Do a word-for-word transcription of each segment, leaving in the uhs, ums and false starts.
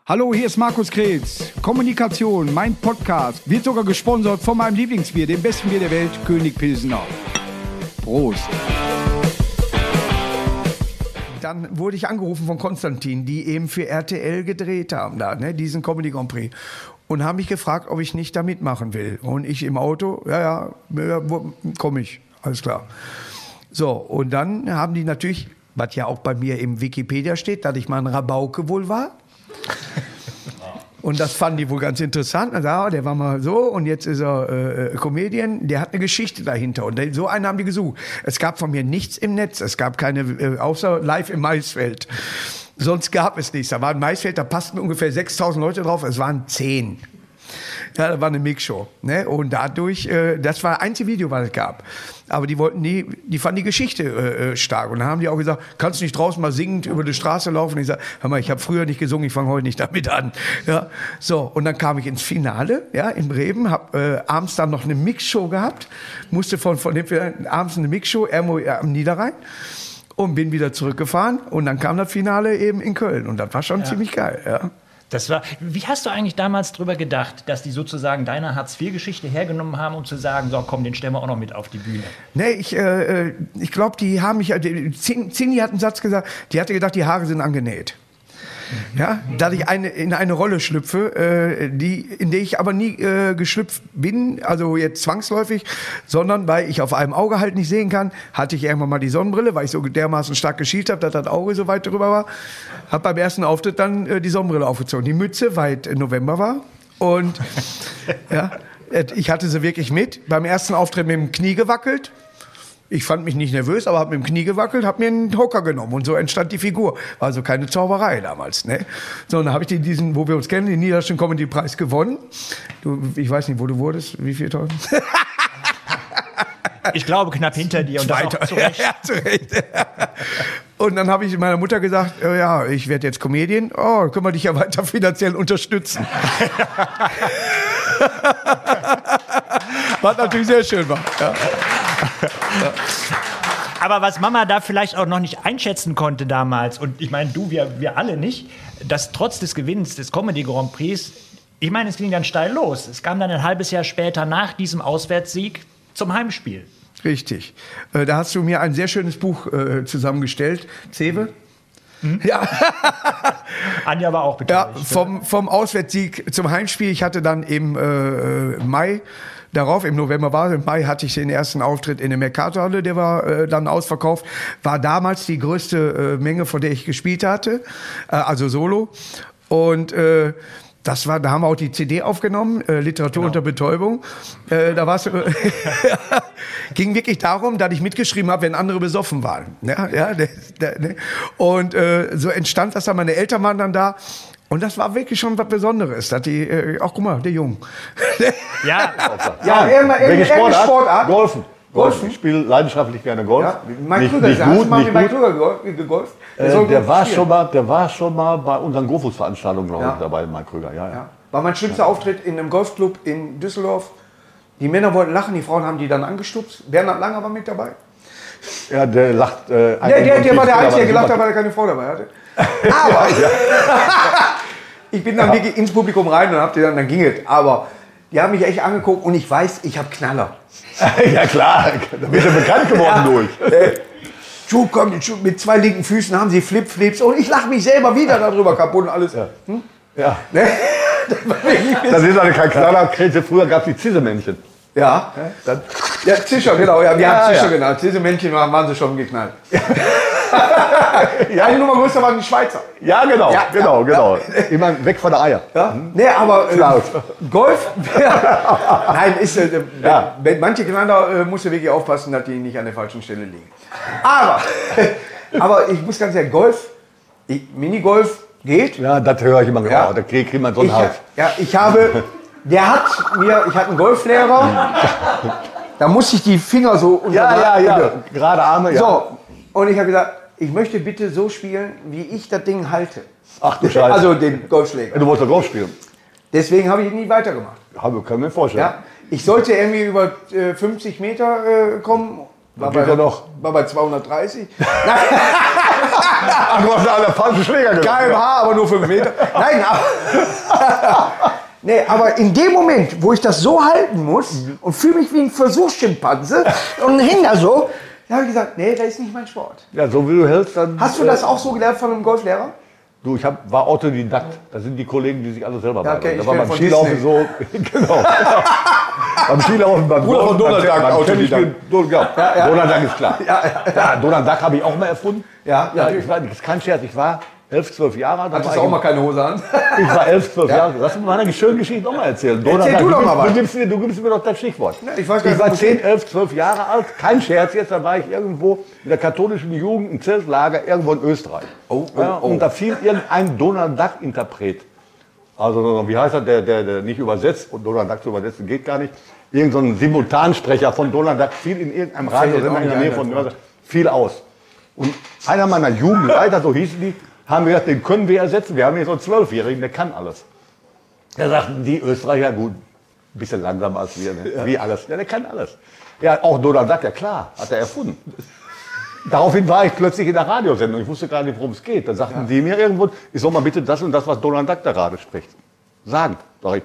Hallo, hier ist Markus Kretz. Kommunikation, mein Podcast, wird sogar gesponsert von meinem Lieblingsbier, dem besten Bier der Welt, König Pilsener. Prost. Dann wurde ich angerufen von Konstantin, die eben für R T L gedreht haben, da, ne, diesen Comedy Grand Prix. Und haben mich gefragt, ob ich nicht da mitmachen will. Und ich im Auto, ja, ja, ja komme ich, alles klar. So, und dann haben die natürlich, was ja auch bei mir im Wikipedia steht, dass ich mal ein Rabauke wohl war. Und das fanden die wohl ganz interessant. Also, der war mal so und jetzt ist er äh, Comedian. Der hat eine Geschichte dahinter. Und so einen haben die gesucht. Es gab von mir nichts im Netz. Es gab keine, äh, außer live im Maisfeld. Sonst gab es nichts. Da war ein Maisfeld, da passten ungefähr sechstausend Leute drauf. Es waren zehn. Ja, das war eine Mixshow. Ne? Und dadurch, äh, das war das einzige Video, was es gab. Aber die wollten nie, die fanden die Geschichte äh, stark. Und dann haben die auch gesagt, kannst du nicht draußen mal singend über die Straße laufen? Und ich sage, hör mal, ich habe früher nicht gesungen, ich fange heute nicht damit an. Ja, so, und dann kam ich ins Finale, ja, in Bremen, habe äh, abends dann noch eine Mixshow gehabt, musste von, von dem abends eine Mixshow irgendwo am Niederrhein und bin wieder zurückgefahren. Und dann kam das Finale eben in Köln. Und das war schon ja. ziemlich geil, ja. Das war, wie hast du eigentlich damals drüber gedacht, dass die sozusagen deine Hartz vier Geschichte hergenommen haben, um zu sagen, so komm, den stellen wir auch noch mit auf die Bühne? Nee, ich, äh, ich glaube, die haben mich, Zini hat einen Satz gesagt, die hatte gedacht, die Haare sind angenäht. Ja, dass ich eine, in eine Rolle schlüpfe, äh, die, in der ich aber nie äh, geschlüpft bin, also jetzt zwangsläufig, sondern weil ich auf einem Auge halt nicht sehen kann, hatte ich irgendwann mal die Sonnenbrille, weil ich so dermaßen stark geschielt habe, dass das Auge so weit drüber war, habe beim ersten Auftritt dann äh, die Sonnenbrille aufgezogen, die Mütze, weil es November war und ja, ich hatte sie wirklich mit, beim ersten Auftritt mit dem Knie gewackelt. Ich fand mich nicht nervös, aber habe mit dem Knie gewackelt, habe mir einen Hocker genommen und so entstand die Figur. War also keine Zauberei damals, ne? So, und dann habe ich den, diesen, wo wir uns kennen, den Niederländischen Comedy-Preis gewonnen. Du, ich weiß nicht, wo du wurdest, wie viel Toll? Ich glaube, knapp hinter dir und das auch zu Recht. Ja, zu Recht. Und dann habe ich meiner Mutter gesagt, oh ja, ich werde jetzt Comedian. Oh, können wir dich ja weiter finanziell unterstützen. Was natürlich sehr schön war. Ja. Aber was Mama da vielleicht auch noch nicht einschätzen konnte damals, und ich meine, du, wir, wir alle nicht, dass trotz des Gewinns des Comedy Grand Prix, ich meine, es ging dann steil los. Es kam dann ein halbes Jahr später nach diesem Auswärtssieg zum Heimspiel. Richtig. Äh, da hast du mir ein sehr schönes Buch äh, zusammengestellt. Zewe? Mhm. Ja. Anja war auch beteiligt. Ja, vom, vom Auswärtssieg zum Heimspiel. Ich hatte dann im äh, Mai darauf, im November war es, im Mai hatte ich den ersten Auftritt in der Mercatorhalle, der war äh, dann ausverkauft. War damals die größte äh, Menge, von der ich gespielt hatte, äh, also Solo. Und äh, das war, da haben wir auch die C D aufgenommen, äh, Literatur genau. unter Betäubung. Äh, da war's, äh, ging wirklich darum, dass ich mitgeschrieben habe, wenn andere besoffen waren. Ja, ja, der, der, ne? Und äh, so entstand das dann, meine Eltern waren dann da. Und das war wirklich schon was Besonderes, dass die, äh, auch guck mal, der Jung. Ja, ja, irgendeine Welche Sportart? Sportart? Golfen. Golfen. Ich spiele leidenschaftlich gerne Golf. Ja, Mike nicht, Krüger, nicht hast gut, du mal nicht mit Mike gut. Krüger gegolft? Der, äh, der, war schon mal, der war schon mal bei unseren GoFus-Veranstaltungen, glaube ich, ja. dabei, Mike Krüger. Ja, ja. Ja. War mein schlimmster ja. Auftritt in einem Golfclub in Düsseldorf. Die Männer wollten lachen, die Frauen haben die dann angestupst. Bernhard Langer war mit dabei. Ja, der lacht. Äh, der der, der war der Einzige, der gelacht hat, weil er keine Frau dabei hatte. Aber ja, ja. ich bin dann ja. wirklich ins Publikum rein und hab die dann, dann ging es. Aber die haben mich echt angeguckt und ich weiß, ich habe Knaller. Ja klar, da bist du bekannt geworden ja. durch. Äh, Schuh kommt mit zwei linken Füßen, haben sie Flip-Flips und ich lache mich selber wieder darüber kaputt und alles. Ja. Hm? Ja. Ne? Das ist also kein Knaller, früher gab es die Zissemännchen. Ja, ja, ja, Zischer, genau. Ja, wir ja, haben Zischer ja. genannt. Zissemännchen waren, waren sie schon geknallt. Ja. Eine Nummer größer waren die Schweizer. Ja, genau, ja, genau, ja, genau. Ja. Immer weg von der Eier. Ja? Mhm. Nee, aber äh, Golf, nein, ist, äh, ja. wenn, manche Knaller äh, musst du wirklich aufpassen, dass die nicht an der falschen Stelle liegen. Aber, aber ich muss ganz ehrlich, Golf, ich, Minigolf geht. Ja, das höre ich immer. Ja. Oh, da kriegt man so einen ich, Hals. Ja, ich habe, der hat mir, ich hatte einen Golflehrer, da musste ich die Finger so unter Ja, ja, ja, gerade Arme, ja. So, und ich habe gesagt, ich möchte bitte so spielen, wie ich das Ding halte. Ach du Scheiße. Also den Golfschläger. Du wolltest doch Golf spielen. Deswegen habe ich nie weitergemacht. Habe ich, kann mir vorstellen. Ja, ich sollte irgendwie über äh, fünfzig Meter äh, kommen. War bei, noch. war bei zweihundertdreißig. Ach, du hast alle falschen Schläger gemacht. K M H, aber nur fünf Meter. Nein, aber, nee, aber in dem Moment, wo ich das so halten muss und fühle mich wie ein Versuchsschimpanse und häng da so, da habe ich gesagt, nee, das ist nicht mein Sport. Ja, so wie du hältst, dann... Hast du das auch so gelernt von einem Golflehrer? Du, ich hab, war Autodidakt. Das sind die Kollegen, die sich alles selber Ja, okay, beibringen. ich Da war kenn beim von Skilaufen Disney. so... Genau. Beim Skilaufen, beim Bruder von Donald Duck, Autodidakt. Autodidakt. Ja, ja. Donald Duck ist klar. Ja, ja. ja Donald Duck habe ich auch mal erfunden. Ja, ja ich war, das ist kein Scherz, ich war elf, zwölf Jahre alt. Hattest du auch mal keine Hose an? Ich war elf, zwölf Jahre alt. Lass mich mal eine schöne Geschichte noch mal erzählen. Donald Erzähl Duck, du doch mal was. Du gibst, mir, du gibst mir doch das Stichwort. Ja, ich weiß gar ich nicht, war wo zehn, geht. elf, zwölf Jahre alt. Kein Scherz jetzt, da war ich irgendwo in der katholischen Jugend im Zeltlager irgendwo in Österreich. Oh, oh, ja, oh. Und da fiel irgendein Donald Duck-Interpret. Also, wie heißt er, der, der, der nicht übersetzt, und Donald Duck zu übersetzen geht gar nicht. Irgend so ein Simultansprecher von Donald Duck fiel in irgendeinem Radiosender in der Nähe von Nürnberg, fiel aus. Und einer meiner Jugendleiter, so hießen die, haben gesagt, den können wir ersetzen. Wir haben hier so einen Zwölfjährigen, der kann alles. Da sagten die Österreicher, gut, ein bisschen langsamer als wir, ne? Wie alles. Ja, der kann alles. Ja, auch Donald Duck, ja klar, hat er erfunden. Daraufhin war ich plötzlich in der Radiosendung. Ich wusste gar nicht, worum es geht. Da sagten ja. die mir irgendwo, ich soll mal bitte das und das, was Donald Duck da gerade spricht, sagen. Sag ich.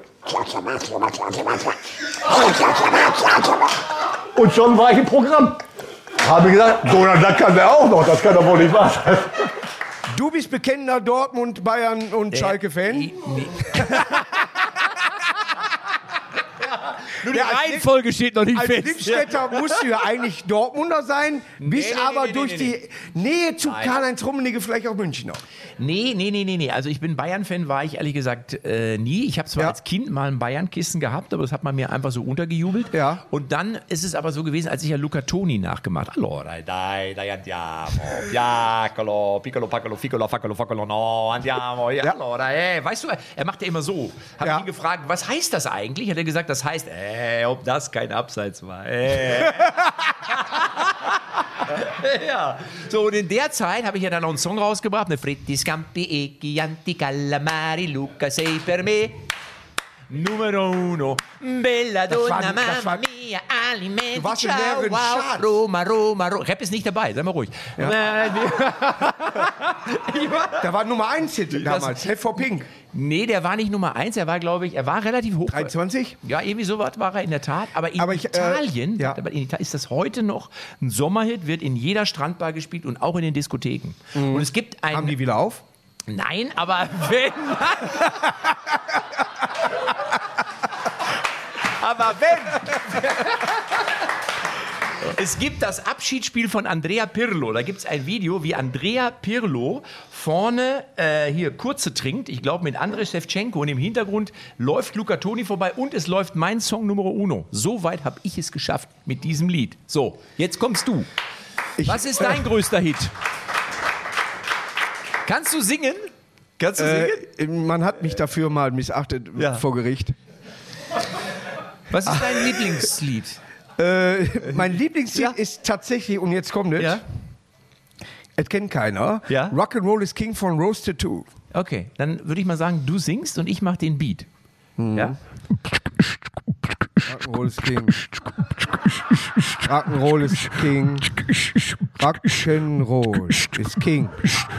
Und schon war ich im Programm. Habe gesagt, Donald Duck kann der auch noch, das kann doch wohl nicht wahr sein. Du bist bekennender Dortmund, Bayern und Schalke-Fan. Nur die Reihenfolge steht noch nicht Als fest. Lippstädter musst du ja eigentlich Dortmunder sein, bist nee, nee, aber nee, durch nee, die Nähe zu Karl-Heinz Rummenigge vielleicht auch Münchner. Nee, nee, nee, nee, nee. Also ich bin Bayern-Fan, war ich ehrlich gesagt äh, nie. Ich habe zwar Ja. als Kind mal ein Bayern-Kissen gehabt, aber das hat man mir einfach so untergejubelt. Ja. Und dann ist es aber so gewesen, als ich ja Luca Toni nachgemacht habe. Allora, dai, dai, andiamo, piccolo, piccolo, piccolo, piccolo, piccolo, piccolo, no, andiamo, ja. Allora, eh. Weißt du, er macht ja immer so. Hab Ja. ihn gefragt, was heißt das eigentlich? Hat er gesagt, das heißt, äh, ob das kein Abseits war. Äh. Ja. So, und in der Zeit habe ich ja dann noch einen Song rausgebracht, ne Fritti Scampi e Chianti Calamari, Luca sei per me numero uno, bella Das war- donna, das war- mamma mia, alimenti, Du warst in ciao, mehreren wow, Charts. Roma, Roma, Roma. Rap ist nicht dabei, sei mal ruhig. Äh, Da war Nummer eins Hit damals, Left for Pink. Nee, der war nicht Nummer eins, er war, glaube ich, er war relativ hoch. dreiundzwanzig? Ja, irgendwie so was war er in der Tat. Aber in Aber ich, äh, Italien, ja. aber in Italien ist das heute noch ein Sommerhit, wird in jeder Strandbar gespielt und auch in den Diskotheken. Und es gibt ein... Haben die wieder auf? Nein, aber wenn... aber wenn... Es gibt das Abschiedsspiel von Andrea Pirlo. Da gibt es ein Video, wie Andrea Pirlo vorne äh, hier kurze trinkt. Ich glaube mit Andrei Shevchenko. Und im Hintergrund läuft Luca Toni vorbei und es läuft mein Song Numero Uno. So weit habe ich es geschafft mit diesem Lied. So, jetzt kommst du. Ich, Was ist dein größter Hit? Kannst du singen? Kannst du singen? Äh, man hat mich dafür mal missachtet Ja. vor Gericht. Was ist dein Lieblingslied? Äh, mein Lieblingslied Ja. ist tatsächlich, und jetzt kommt es, es kennt keiner, Ja. Rock'n'Roll is King von Rose Tattoo. Okay, dann würde ich mal sagen, du singst und ich mache den Beat. Ja? Rock'n'Roll is King. Rock'n'Roll is King. Rock'n'Roll is King.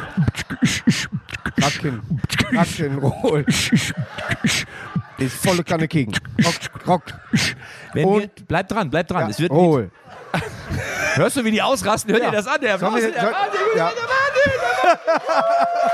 Rock'n, Rock'n'Roll ist volle Kanne King. Rock, Rock. Wenn Und- wir, bleib dran, bleib dran. Es wird Roll. Hörst du, wie die ausrasten? Hör Ja. dir das an, der Sollen Applaus, wir- der soll- Wahnsinn, ja. der Wahnsinn.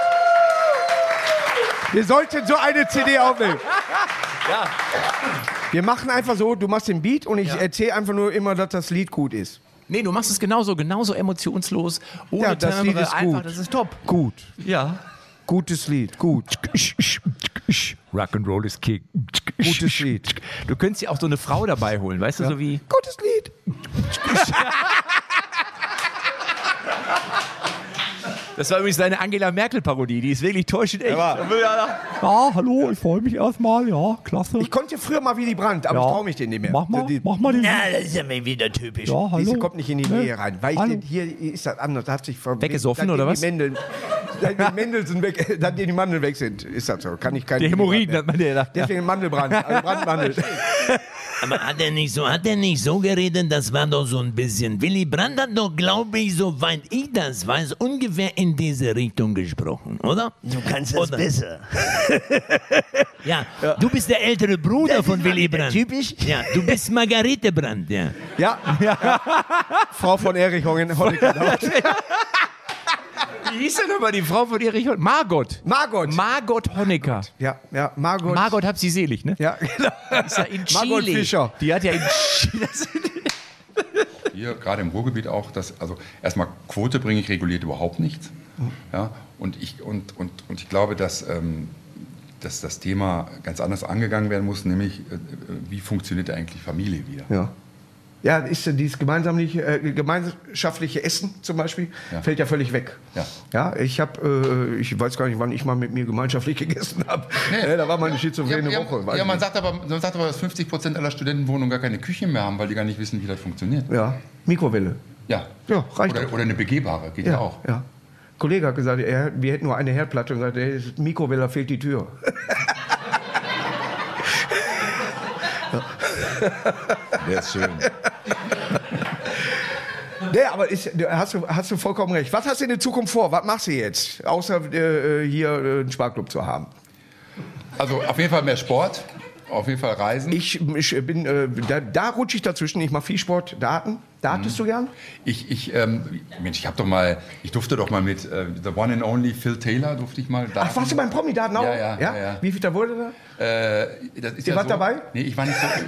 Wir sollten so eine C D aufnehmen. Ja. Wir machen einfach so, du machst den Beat und ich erzähle einfach nur immer, dass das Lied gut ist. Nee, du machst es genauso, genauso emotionslos, ohne Ja, das Lied Timbre, ist einfach, gut. das ist top. Gut. Ja. Gutes Lied, gut. Rock'n'Roll ist King. Gutes Lied. Du könntest ja auch so eine Frau dabei holen, weißt du, so wie... Gutes Lied. Das war übrigens deine Angela Merkel-Parodie, die ist wirklich täuschend echt. Ja. Ja, hallo, ich freue mich erstmal, ja, klasse. Ich konnte früher mal Willy Brandt, aber ja. ich traue mich den nicht mehr. Mach mal, Die, mach mal den. Ja, das ist ja mal wieder typisch. Ja, hallo. Diese kommt nicht in die Ne? Nähe rein. Weil ich Hallo. den, hier ist das anders, da hat sich ver- Weggesoffen, seitdem oder die was? Mandeln, seitdem die Mandeln weg, seitdem die Mandeln weg sind, ist das so. Kann ich keinen Die Hämorrhoiden Willy hat man dir gedacht. Brandt mehr. Deswegen Mandelbrand, also Brandmandel. Aber hat er nicht so, hat er nicht so geredet, das war doch so ein bisschen. Willy Brandt hat doch, glaube ich, soweit ich das weiß, ungefähr in diese Richtung gesprochen, oder? Du kannst das Oder? besser. Ja, ja, du bist der ältere Bruder von Willy Brandt. Typisch? Ja, du bist Margarete Brandt, ja. Ja, ja. Frau von Erich Honecker. Wie hieß denn aber die Frau von Erich Honecker? Margot. Margot. Margot Honecker. Ja, ja, Margot. Margot hab sie selig, ne? Ja, genau. Das ist ja in Chile. Margot Fischer. Die hat ja in Chile. Hier, gerade im Ruhrgebiet auch, das, also erstmal Quote bringe ich reguliert überhaupt nichts. Ja, und, ich, und, und, und ich glaube, dass, ähm, dass das Thema ganz anders angegangen werden muss, nämlich äh, wie funktioniert eigentlich Familie wieder? Ja. Ja, ist ja dieses gemeinschaftliche, äh, gemeinschaftliche Essen zum Beispiel, Ja. fällt ja völlig weg. Ja. Ja, ich habe, äh, ich weiß gar nicht, wann ich mal mit mir gemeinschaftlich gegessen habe. Nee. Ja, da war meine schizophrene Ja, Woche. ja, weiß ja, man ich sagt aber, man sagt aber, dass fünfzig Prozent aller Studentenwohnungen gar keine Küche mehr haben, weil die gar nicht wissen, wie das funktioniert. nicht. Ja, Mikrowelle. Ja, Ja, reicht oder, doch. oder eine begehbare, geht ja, Ja, auch. ja. Ein Kollege hat gesagt, er, wir hätten nur eine Herdplatte und gesagt, ey, Mikrowelle, fehlt die Tür. Der ist schön. Nee, aber ist, hast, du, hast du vollkommen recht. Was hast du in der Zukunft vor? Was machst du jetzt? Außer äh, hier äh, einen Sparklub zu haben. Also auf jeden Fall mehr Sport, auf jeden Fall Reisen. Ich, ich bin, äh, da, da rutsche ich dazwischen. Ich mache viel Sport. Daten. Datest du gern? Ich, ich, ähm, Mensch, ich habe doch mal, ich durfte doch mal mit äh, The One and Only Phil Taylor, durfte ich mal daten. Ach, warst du beim Promi-Daten auch? Ja, ja, ja, ja. Wie viel da wurde da? Äh, das ist Ihr ja wart so, dabei? Nee, ich war nicht so.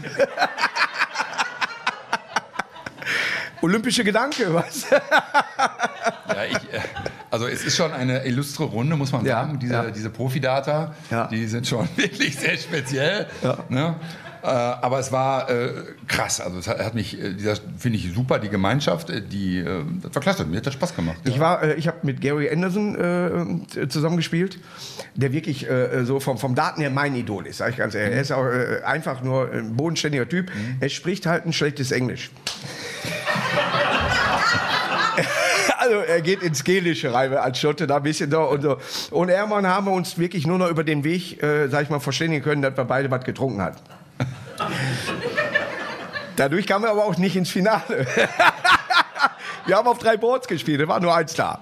Olympische Gedanke, was? Ja, ich, äh, also es ist schon eine illustre Runde, muss man Ja, sagen. Diese, ja. diese Profi-Data, Ja. die sind schon wirklich sehr speziell. Ja. Ne? Äh, aber es war äh, krass. Also es hat, hat mich, äh, dieser finde ich super, die Gemeinschaft, äh, die, äh, das war klasse, mir hat das Spaß gemacht. Ich war, äh, ich habe mit Gary Anderson äh, zusammengespielt, der wirklich äh, so vom, vom Daten her mein Idol ist, sag ich ganz ehrlich. Er ist auch äh, einfach nur ein bodenständiger Typ. Mhm. Er spricht halt ein schlechtes Englisch. Also er geht ins Gelische rein als Schotte, da ein bisschen so und so. Und Hermann haben wir uns wirklich nur noch über den Weg, äh, sag ich mal, verständigen können, dass wir beide was getrunken hatten. Dadurch kamen wir aber auch nicht ins Finale. Wir haben auf drei Boards gespielt, da war nur eins da.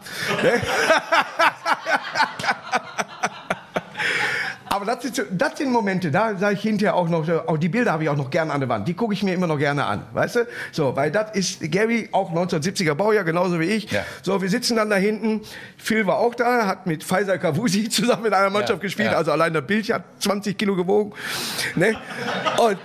Aber das sind, so- das sind Momente, da sage ich hinterher auch noch, auch die Bilder habe ich auch noch gerne an der Wand. Die gucke ich mir immer noch gerne an, weißt du? So, weil das ist Gary, auch neunzehnhundertsiebziger Baujahr, genauso wie ich. Ja. So, wir sitzen dann da hinten. Phil war auch da, hat mit Faisal Kavusi zusammen in einer Mannschaft Ja, gespielt. ja. Also allein das Bild hat zwanzig Kilo gewogen. Ne? Und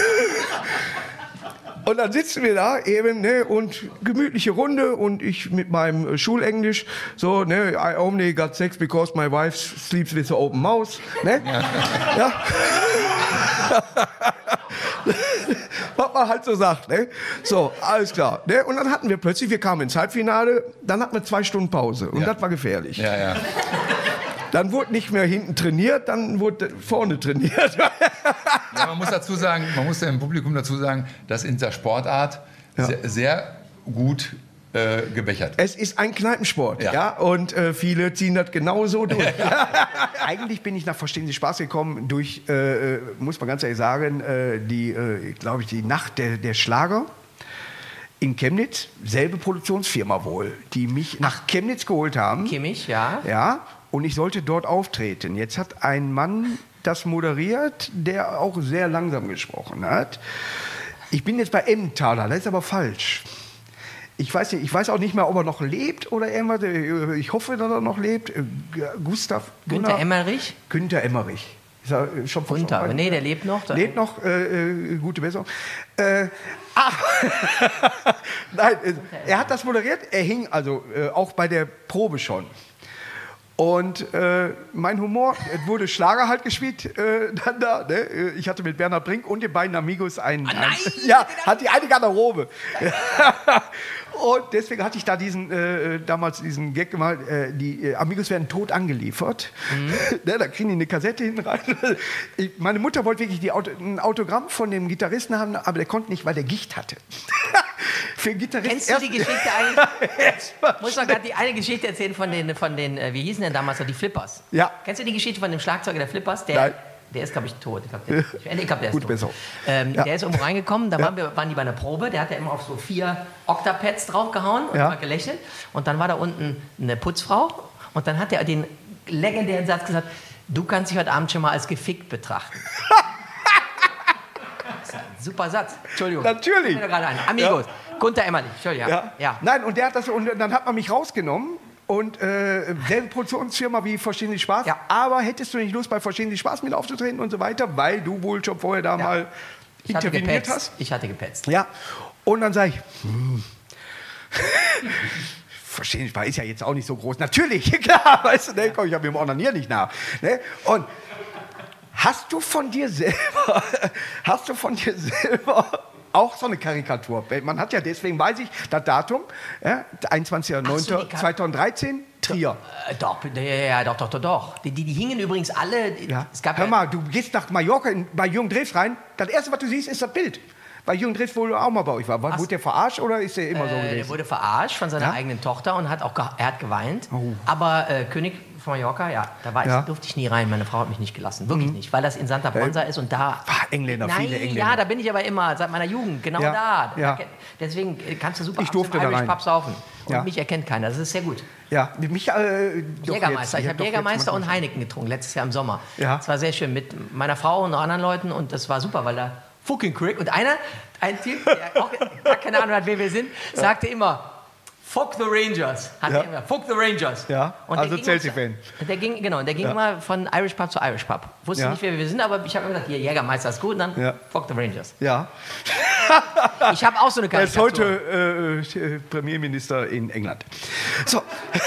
Und dann sitzen wir da eben, ne, und gemütliche Runde und ich mit meinem äh, Schulenglisch, so, ne, I only got sex because my wife sleeps with an open mouth, ne? Ja. Was man halt so sagt, ne? So, alles klar, ne? Und dann hatten wir plötzlich, wir kamen ins Halbfinale, dann hatten wir zwei Stunden Pause und Ja. das war gefährlich. Ja, ja. Dann wurde nicht mehr hinten trainiert, dann wurde vorne trainiert. Ja, man muss dazu sagen, man muss dem Publikum dazu sagen, dass in der Sportart Ja. sehr, sehr gut äh, gebechert. Es ist ein Kneipensport, ja, Ja. und äh, viele ziehen das genauso durch. Eigentlich bin ich nach Verstehen Sie Spaß gekommen durch, äh, muss man ganz ehrlich sagen, äh, die, äh, glaube ich, die Nacht der, der Schlager in Chemnitz, selbe Produktionsfirma wohl, die mich nach Chemnitz geholt haben. Kimmich, ja. Ja, und ich sollte dort auftreten. Jetzt hat ein Mann das moderiert, der auch sehr langsam gesprochen hat. Ich bin jetzt bei Emmentaler, das ist aber falsch. Ich weiß, nicht, ich weiß auch nicht mehr, ob er noch lebt oder irgendwas. Ich hoffe, dass er noch lebt. Gustav Günther Gunnar- Emmerich? Günther Emmerich. Ist er schon Gunther, verstorben? nee, der lebt noch. Lebt noch, äh, äh, gute Besserung. Äh, ah, nein, äh, er hat das moderiert. Er hing also äh, auch bei der Probe schon. Und äh, mein Humor, es wurde Schlager halt gespielt, äh, dann da, ne? Ich hatte mit Bernhard Brink und den beiden Amigos einen, Ah, nein, einen ja, hat die eine Garderobe. Und deswegen hatte ich da diesen, äh, damals diesen Gag gemacht, äh, die äh, Amigos werden tot angeliefert. Ne, da kriegen die eine Kassette hinten rein. Ich, meine Mutter wollte wirklich die Auto, ein Autogramm von dem Gitarristen haben, aber der konnte nicht, weil der Gicht hatte. Für einen Gitarristen Kennst du die erst- Geschichte eigentlich? Erstmal Ich muss doch gerade die eine Geschichte erzählen von den, von den äh, wie hießen denn damals so die Flippers? Ja. Kennst du die Geschichte von dem Schlagzeuger der Flippers? Der, Nein. Der ist, glaube ich, tot. Ich glaube, der, ich glaub, der ist Gut, tot. besser. Ähm, Ja. Der ist irgendwo reingekommen, da Ja. waren, wir, waren die bei einer Probe, der hat ja immer auf so vier Octapads draufgehauen und Ja. mal gelächelt. Und dann war da unten eine Putzfrau und dann hat er den legendären Satz gesagt, du kannst dich heute Abend schon mal als gefickt betrachten. Das ist ein super Satz. Entschuldigung. Natürlich. Fällt mir gerade ein. Amigos. Gunther Emmerlich. Entschuldigung. Ja. Ja. Nein, und der hat das, und dann hat man mich rausgenommen. Und äh, selbe Produktionsfirma wie Verstehen Sie Spaß. Ja. Aber hättest du nicht Lust, bei Verstehen Sie Spaß mit aufzutreten und so weiter, weil du wohl schon vorher da mal Ich hatte interveniert gepetzt. hast? Ich hatte gepetzt. Ja. Und dann sage ich, hm. Verstehen Sie Spaß ist ja jetzt auch nicht so groß. Natürlich, klar, weißt du, ne, komm, ich habe im Onanieren nicht nach. Ne? Und hast du von dir selber, hast du von dir selber auch so eine Karikatur? Man hat ja, deswegen weiß ich, das Datum, ja, einundzwanzigster neunter Ach so, die zweitausenddreizehn, Trier. Äh, doch, ja, ja, doch, doch, doch, doch. Die, die, die hingen übrigens alle. Ja. Es gab Hör ja- mal, du gehst nach Mallorca in, bei Jürgen Drews rein, das erste, was du siehst, ist das Bild. Weil Jürgen Drews wohl auch mal bei euch war. War- Wurde der verarscht oder ist der immer so Äh, der gewesen? wurde verarscht von seiner Ja? eigenen Tochter und hat auch ge er hat geweint. Oh. Aber äh, König von Mallorca, ja, da war Ja. ich, durfte ich nie rein. Meine Frau hat mich nicht gelassen, wirklich nicht, weil das in Santa Ponsa ist und da. Ah, Engländer, Nein, viele Engländer. ja, da bin ich aber immer seit meiner Jugend, genau Ja, da. ja. Da- Deswegen äh, kannst du super Ich durfte abends im da Irish rein. Pub saufen. Und Ja. mich erkennt keiner. Das ist sehr gut. Ja, mich, äh, doch Jägermeister. jetzt. Ich habe doch Jägermeister jetzt und mal- Heineken getrunken, letztes Jahr im Sommer. Ja. Das war sehr schön mit meiner Frau und noch anderen Leuten und das war super, weil da fucking Crick und einer, ein Typ, der auch gar keine Ahnung hat, wer wir sind, sagte immer, fuck the Rangers. Hat Ja. er immer, fuck the Rangers. Ja, Und also der ging Chelsea-Fan. uns- Der ging, genau, der ging Ja. immer von Irish Pub zu Irish Pub. Wusste Ja. nicht, wer wir sind, aber ich habe immer gesagt, hier, Jägermeister ist gut und dann Ja. fuck the Rangers. Ja, Ich habe auch so eine er ist Karikatur. heute äh, äh, Premierminister in England. So.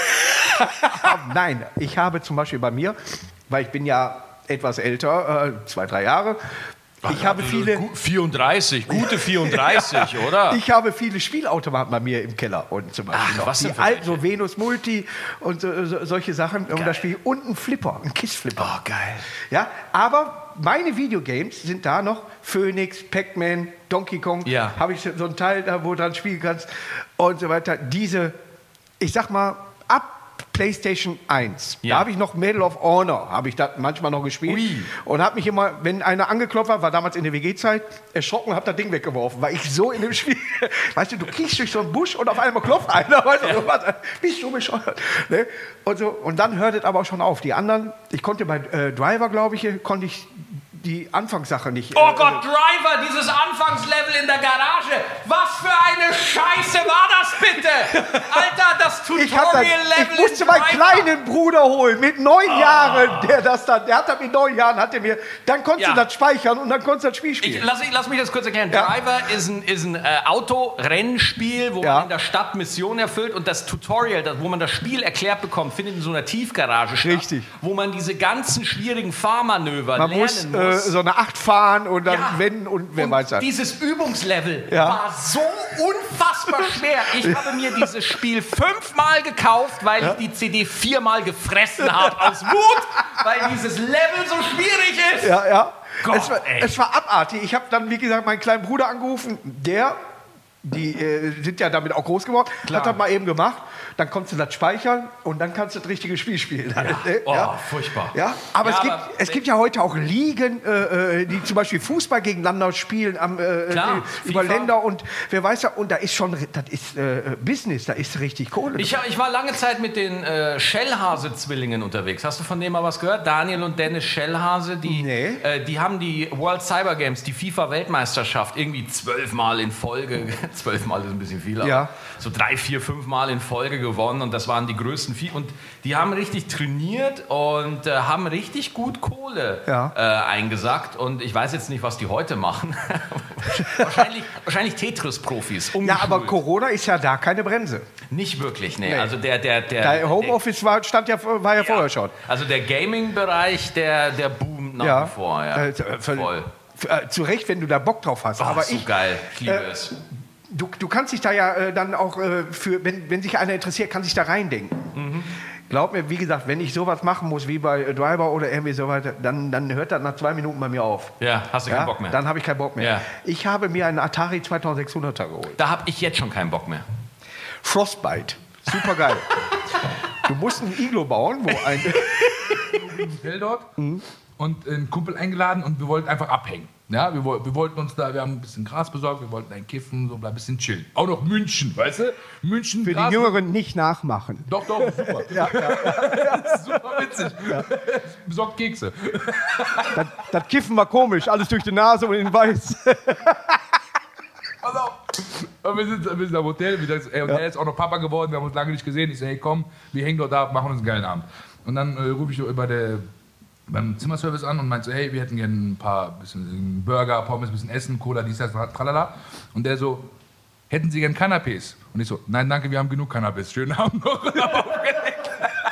Nein, ich habe zum Beispiel bei mir, weil ich bin ja etwas älter, äh, zwei, drei Jahre, ich habe viele... Gu- vierunddreißig, gute vierunddreißig, oder? Ich habe viele Spielautomaten bei mir im Keller und zum Beispiel Ach, noch was die denn für alten, so Venus Multi und so, so, solche Sachen. Und das Spiel und ein Flipper, ein Kiss-Flipper. Oh, geil. Ja, aber meine Videogames sind da noch Phoenix, Pac-Man, Donkey Kong. Ja. Habe ich so ein Teil da, wo du dran spielen kannst und so weiter. Diese, ich sag mal, ab PlayStation eins. Ja. Da habe ich noch Medal of Honor, habe ich da manchmal noch gespielt. Ui. Und habe mich immer, wenn einer angeklopft hat, war damals in der W G-Zeit, erschrocken und habe das Ding weggeworfen, weil ich so in dem Spiel, weißt du, du kriegst durch so einen Busch und auf einmal klopft einer, weißt du, so was, bist du bescheuert. Ne? Und, so, und dann hört es aber auch schon auf. Die anderen, ich konnte bei äh, Driver, glaube ich, konnte ich die Anfangssache nicht. Oh äh, Gott, Driver, dieses Anfangslevel in der Garage. Was für eine Scheiße war das bitte? Alter, das Ich, hab das, Tutorial-Level ich musste in meinen Driver. kleinen Bruder holen, mit neun Jahren, der das dann, der hat das mit neun Jahren, hat er mir, dann konntest Ja. du das speichern und dann konntest du das Spiel Ich, spielen. lass, ich, lass mich das kurz erklären. Ja. Driver ist ein, ist ein äh, Autorennspiel, wo Ja. man in der Stadt Missionen erfüllt und das Tutorial, das, wo man das Spiel erklärt bekommt, findet in so einer Tiefgarage statt. Richtig. Wo man diese ganzen schwierigen Fahrmanöver Man lernen muss, muss. äh, so eine Acht fahren und dann Ja. wenden und wer und weiß das. dieses Übungslevel Ja. war so unfassbar schwer. Ich habe mir dieses Spiel fünfmal gekauft, weil ich die C D viermal gefressen habe aus Wut, weil dieses Level so schwierig ist. Ja, ja. Gott, es, war, ey. es war abartig. Ich habe dann, wie gesagt, meinen kleinen Bruder angerufen. Der, die äh, sind ja damit auch groß geworden, hat das mal eben gemacht. Dann konntest du das speichern und dann kannst du das richtige Spiel spielen. Ja. Oh, furchtbar. Ja, aber, Ja, es, gibt, aber- es gibt ja heute auch Ligen, äh, äh, die zum Beispiel Fußball gegeneinander spielen am, äh, Klar, äh, über FIFA. Länder und wer weiß ja, und da ist schon, das ist äh, Business, da ist richtig Kohle. Ich, hab- ich war lange Zeit mit den äh, Schellhase-Zwillingen unterwegs. Hast du von denen mal was gehört? Daniel und Dennis Schellhase, die, Nee. äh, die haben die World Cyber Games, die FIFA-Weltmeisterschaft, irgendwie zwölfmal in Folge, zwölfmal ist ein bisschen viel, aber Ja. so drei, vier, fünf Mal in Folge gewonnen und das waren die größten Vieh. Und die haben richtig trainiert und äh, haben richtig gut Kohle Ja. äh, eingesackt. Und ich weiß jetzt nicht, was die heute machen. wahrscheinlich wahrscheinlich Tetris-Profis. ja, aber umgeschult. Corona ist ja da keine Bremse. Nicht wirklich, nee. Nee. Also der, der, der, Der Homeoffice war, stand ja, war ja, vorher schon. Also der Gaming-Bereich, der, der boomt nach Ja. wie vor. Ja. Äh, äh, Voll. Äh, zu Recht, wenn du da Bock drauf hast. Oh, aber so ich, geil. Ich liebe äh, es. du, du kannst dich da ja äh, dann auch, äh, für, wenn, wenn sich einer interessiert, kann sich da reindenken. Mhm. Glaub mir, wie gesagt, wenn ich sowas machen muss wie bei äh, Driver oder irgendwie so weiter, dann, dann hört das nach zwei Minuten bei mir auf. Ja, hast du Ja? keinen Bock mehr. Dann habe ich keinen Bock mehr. Ja. Ich habe mir einen Atari zweitausendsechshunderter geholt. Da habe ich jetzt schon keinen Bock mehr. Frostbite. Super geil. Du musst ein Iglo bauen, wo ein... Will dort? und einen Kumpel eingeladen und wir wollten einfach abhängen. Ja, wir, wir wollten uns da, wir haben ein bisschen Gras besorgt, wir wollten ein Kiffen, so ein bisschen chillen. Auch noch München, weißt du? München, Für Gras, die Jüngeren nicht nachmachen. Doch, doch, super. ja, ja, ja. Super witzig. Ja. Besorgt Kekse. Das, das Kiffen war komisch, alles durch die Nase und in weiß. Pass auf. Und wir sind, wir sind am Hotel, wir dachten, ey, und Ja. er ist auch noch Papa geworden, wir haben uns lange nicht gesehen. Ich sage, hey komm, wir hängen dort ab, machen uns einen geilen Abend. Und dann äh, rufe ich bei der, beim Zimmerservice an und meinte so, hey, wir hätten gerne ein paar bisschen Burger, Pommes, ein bisschen Essen, Cola, dies, das, tralala. Und der so, hätten Sie gern Canapés? Und ich so, nein, danke, wir haben genug Canapés. Schönen Abend noch. Und hab aufgelegt.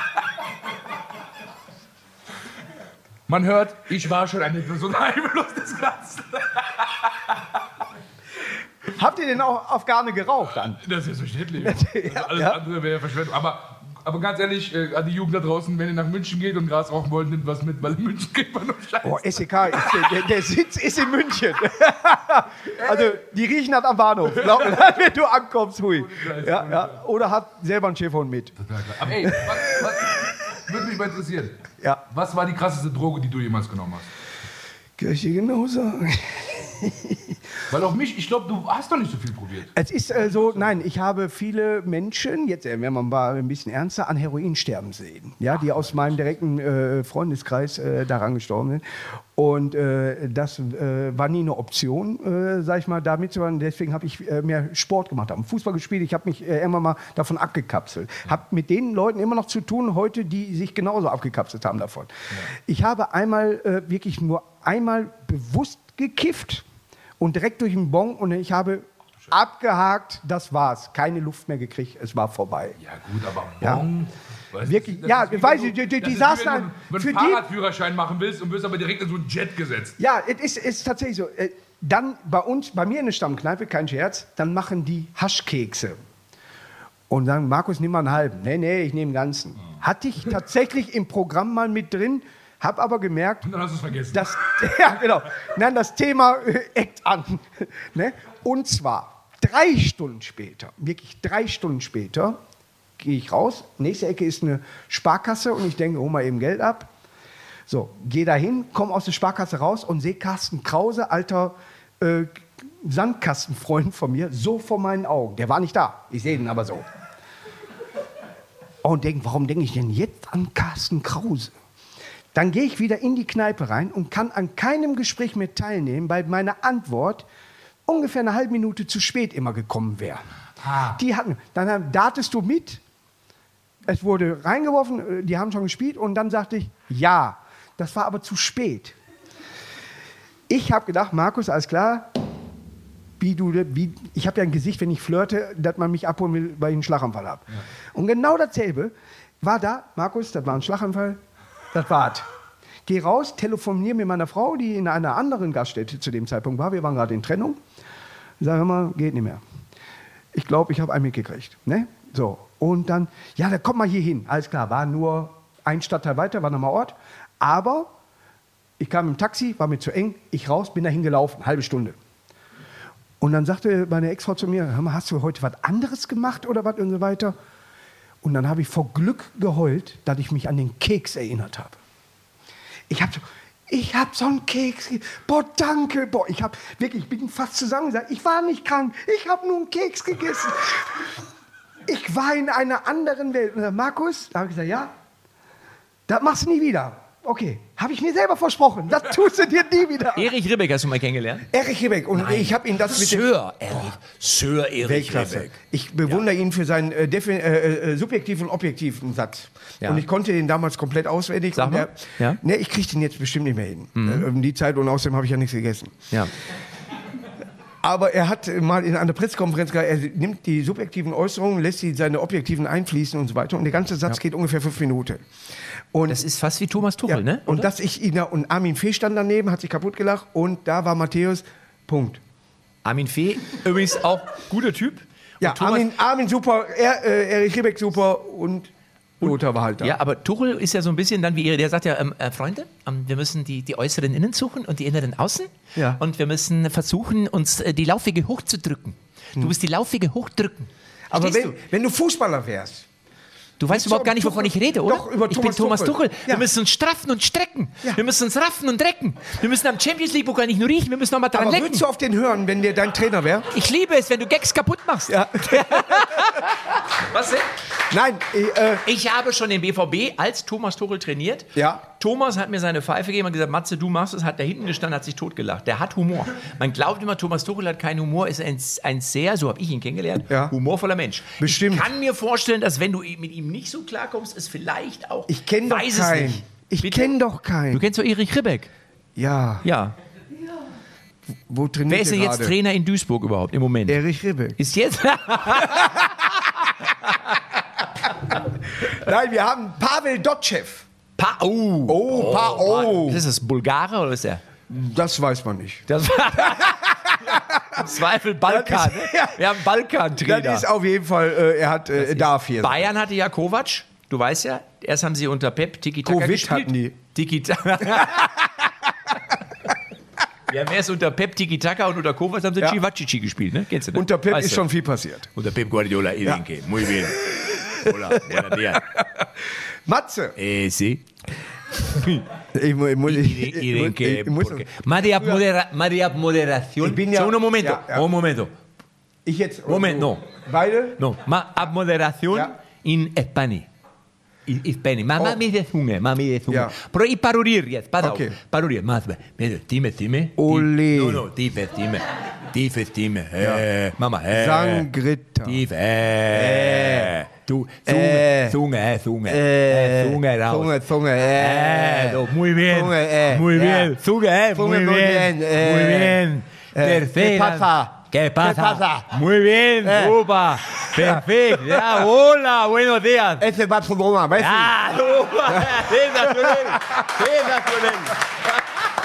Man hört, ich war schon eine Person Einfluss des Ganzen. Habt ihr denn auch auf Garne geraucht dann? Das ist selbstverständlich. Also alles ja. andere wäre Verschwendung. Aber, aber ganz ehrlich, äh, an die Jugend da draußen, wenn ihr nach München geht und Gras rauchen wollt, nimmt was mit, weil in München geht man nur Scheiße. Oh, S E K, ist, der, der Sitz ist in München. Also, die riechen das am Bahnhof. Glaub mir, wenn du ankommst, hui. Ja, ja. Oder hat selber einen Schäferhund mit. Aber ey, was, was würde mich mal interessieren. Ja. Was war die krasseste Droge, die du jemals genommen hast? Kann ich dir genau sagen. Weil auch mich, ich glaube, du hast doch nicht so viel probiert. Es ist äh, so, nein, ich habe viele Menschen, jetzt äh, werden wir mal ein bisschen ernster, an Heroin sterben sehen, ja, die aus meinem direkten äh, Freundeskreis äh, daran gestorben sind. Und äh, das äh, war nie eine Option, äh, sag ich mal, da mitzumachen. Deswegen habe ich äh, mehr Sport gemacht, habe Fußball gespielt. Ich habe mich äh, immer mal davon abgekapselt. Ja. Habe mit den Leuten immer noch zu tun heute, die sich genauso abgekapselt haben davon. Ja. Ich habe einmal äh, wirklich nur einmal bewusst gekifft. Und direkt durch den Bon und ich habe abgehakt, das war's. Keine Luft mehr gekriegt, es war vorbei. Ja gut, aber Ja. Bon, weißt Wirklich, du, ja, ist wie weiß wenn ich, du- die- die- das die ist saßen wie wenn an- du für einen die- Fahrradführerschein machen willst und wirst aber direkt in so einen Jet gesetzt. Ja, es ist, ist tatsächlich so. Äh, Dann bei uns, bei mir in der Stammkneipe, kein Scherz, dann machen die Haschkekse. Und sagen, Markus, nimm mal einen halben. Nee, nee, ich nehme einen ganzen. Hatte ich tatsächlich im Programm mal mit drin, habe aber gemerkt, Und dann hast du es vergessen. das, ja, genau. Nein, das Thema äh, eckt an. Ne? Und zwar drei Stunden später, wirklich drei Stunden später, gehe ich raus. Nächste Ecke ist eine Sparkasse und ich denke, hol mal eben Geld ab. So, gehe dahin, komme aus der Sparkasse raus und sehe Carsten Krause, alter äh, Sandkastenfreund von mir, so vor meinen Augen. Der war nicht da, ich sehe ihn aber so. Und denke, warum denke ich denn jetzt an Carsten Krause? Dann gehe ich wieder in die Kneipe rein und kann an keinem Gespräch mehr teilnehmen, weil meine Antwort ungefähr eine halbe Minute zu spät immer gekommen wäre. Ah. Die hatten, dann haben- datest du mit, es wurde reingeworfen, äh, die haben schon gespielt und dann sagte ich, ja, das war aber zu spät. Ich habe gedacht, Markus, alles klar, wie du, wie, ich habe ja ein Gesicht, wenn ich flirte, dass man mich abholen will, weil ich einen Schlaganfall habe. Ja. Und genau dasselbe war da, Markus, das war ein Schlaganfall, das war's. Geh raus, telefoniere mit meiner Frau, die in einer anderen Gaststätte zu dem Zeitpunkt war, wir waren gerade in Trennung, sag mal, geht nicht mehr. Ich glaube, ich habe einen mitgekriegt. Ne? So, und dann, ja, da kommt mal hier hin. Alles klar, war nur ein Stadtteil weiter, war nochmal Ort. Aber ich kam im Taxi, war mir zu eng, ich raus, bin dahin gelaufen, halbe Stunde. Und dann sagte meine Ex-Frau zu mir, hör mal, hast du heute was anderes gemacht oder was und so weiter? Und dann habe ich vor Glück geheult, dass ich mich an den Keks erinnert habe. Ich habe so, ich habe so einen Keks, ge- boah, danke, boah, ich habe wirklich, ich bin fast zusammengesagt, ich war nicht krank, ich habe nur einen Keks gegessen. Ich war in einer anderen Welt. Und dann, Markus, da habe ich gesagt, ja, das machst du nie wieder. Okay, habe ich mir selber versprochen, das tust du dir nie wieder. Erich Ribbeck hast du mal kennengelernt? Erich Ribbeck, und ich habe ihn das mit dem... Sir Erich, Sir Erich Weltklasse. Ribbeck. Ich bewundere ihn für seinen äh, defin- äh, äh, subjektiven und objektiven Satz. Ja. Und ich konnte den damals komplett auswendig. Sag und mal. der, Ja. ne, ich kriege den jetzt bestimmt nicht mehr hin. Mhm. Äh, um die Zeit und außerdem habe ich ja nichts gegessen. Ja. Aber er hat mal in einer Pressekonferenz gesagt, er nimmt die subjektiven Äußerungen, lässt sie seine objektiven einfließen und so weiter. Und der ganze Satz Ja. geht ungefähr fünf Minuten. Und Das ist fast wie Thomas Tuchel, ja, ne? und dass ich ihn da, und Armin Fee stand daneben, hat sich kaputt gelacht und da war Matthäus, Punkt. Armin Fee, übrigens auch guter Typ. Ja, Und Thomas- Armin, Armin super, er, äh, Erich Ribbeck super und Lothar war halt da. Ja, aber Tuchel ist ja so ein bisschen dann wie ihr, der sagt ja, ähm, äh, Freunde, ähm, wir müssen die, die äußeren innen suchen und die inneren außen. Ja. Und wir müssen versuchen, uns äh, die Laufwege hochzudrücken. Du musst die Laufwege hochdrücken. Aber Verstehst wenn, wenn du Fußballer wärst, Du weißt überhaupt gar nicht, wovon ich rede, oder? Doch, über ich Thomas bin Thomas Tuchel. Tuchel. Ja. Wir müssen uns straffen und strecken. Ja. Wir müssen uns raffen und drecken. Wir müssen am Champions League-Pokal nicht nur riechen, wir müssen noch mal dran Aber lecken. würdest du auf den hören, wenn der dein Trainer wäre? Ich liebe es, wenn du Gags kaputt machst. Ja. Was denn? Nein, äh, Ich habe schon den B V B als Thomas Tuchel trainiert. Ja. Thomas hat mir seine Pfeife gegeben und gesagt, Matze, du machst es, hat da hinten gestanden, hat sich totgelacht. Der hat Humor. Man glaubt immer, Thomas Tuchel hat keinen Humor, ist ein, ein sehr, so habe ich ihn kennengelernt, Ja. humorvoller Mensch. Bestimmt. Ich kann mir vorstellen, dass wenn du mit ihm nicht so klarkommst, es vielleicht auch, ich kenne doch weiß es keinen. nicht. Ich Bitte? kenne doch keinen. Du kennst doch Erich Ribbeck. Ja. Ja. Wo trainiert Wer ist denn der jetzt gerade? Trainer in Duisburg überhaupt im Moment? Erich Ribbeck. Ist jetzt... Nein, wir haben Pavel Dotschew. Pa oh. Oh, Pa oh. Ist das Bulgare oder ist er? Das weiß man nicht. Das Im Zweifel Balkan. Das ist- ne? ja. Wir haben Balkan-Trainer. Das ist auf jeden Fall, äh, er hat, äh, darf hier sein. Bayern hatte ja Kovac, du weißt ja, erst haben sie unter Pep Tiki-Taka Covid gespielt. hatten die. Tiki-Taka. Wir haben erst unter Pep Tiki-Taka und unter Kovac haben sie Ja. Chivacici gespielt, ne? Kennst du, ne? Unter Pep Weißt ist du? schon viel passiert. Unter Pep Guardiola, Irenke. Muy bien. Hola, buenos días. Matze. Eh, sí. Ich, mu- ich, mu- ich, Y, y de ich, que, ich, muss, porque- María, modera, María Moderación. Ich bin ja- So, un momento, ja, ja. un momento. ich jetzt. Moment, no. Beide? No, ma ab Moderación Ja. in Spanisch. In Spanisch. Ma, Oh. Mami de Zunge, Mami de Zunge. Ja. Pero y parurir jetzt, pass Okay. auf. Parurir, más. Mira, Stimme, Stimme. Ole. No, no, tiefe Stimme. Tiefe Stimme. Eh, Mama, eh. Sangrita. Tief, äh. Du, Zunge, Äh. Zunge, äh, Zunge. Äh. Äh, Zunge raus. Zunge, Zunge, äh. Eh, so, muy bien. Zunge, äh. Muy Ja. bien. Zunge, eh, Zunge, muy muy bien. bien, äh. Muy bien. Äh, Tercera. ¿qué pasa? ¿Qué pasa? ¿Qué pasa? Muy bien, Eh. super. Perfecto. Ja, hola, buenos días. Ese va zu Roma, weißt Ah, super. Sensacional. Sensacional.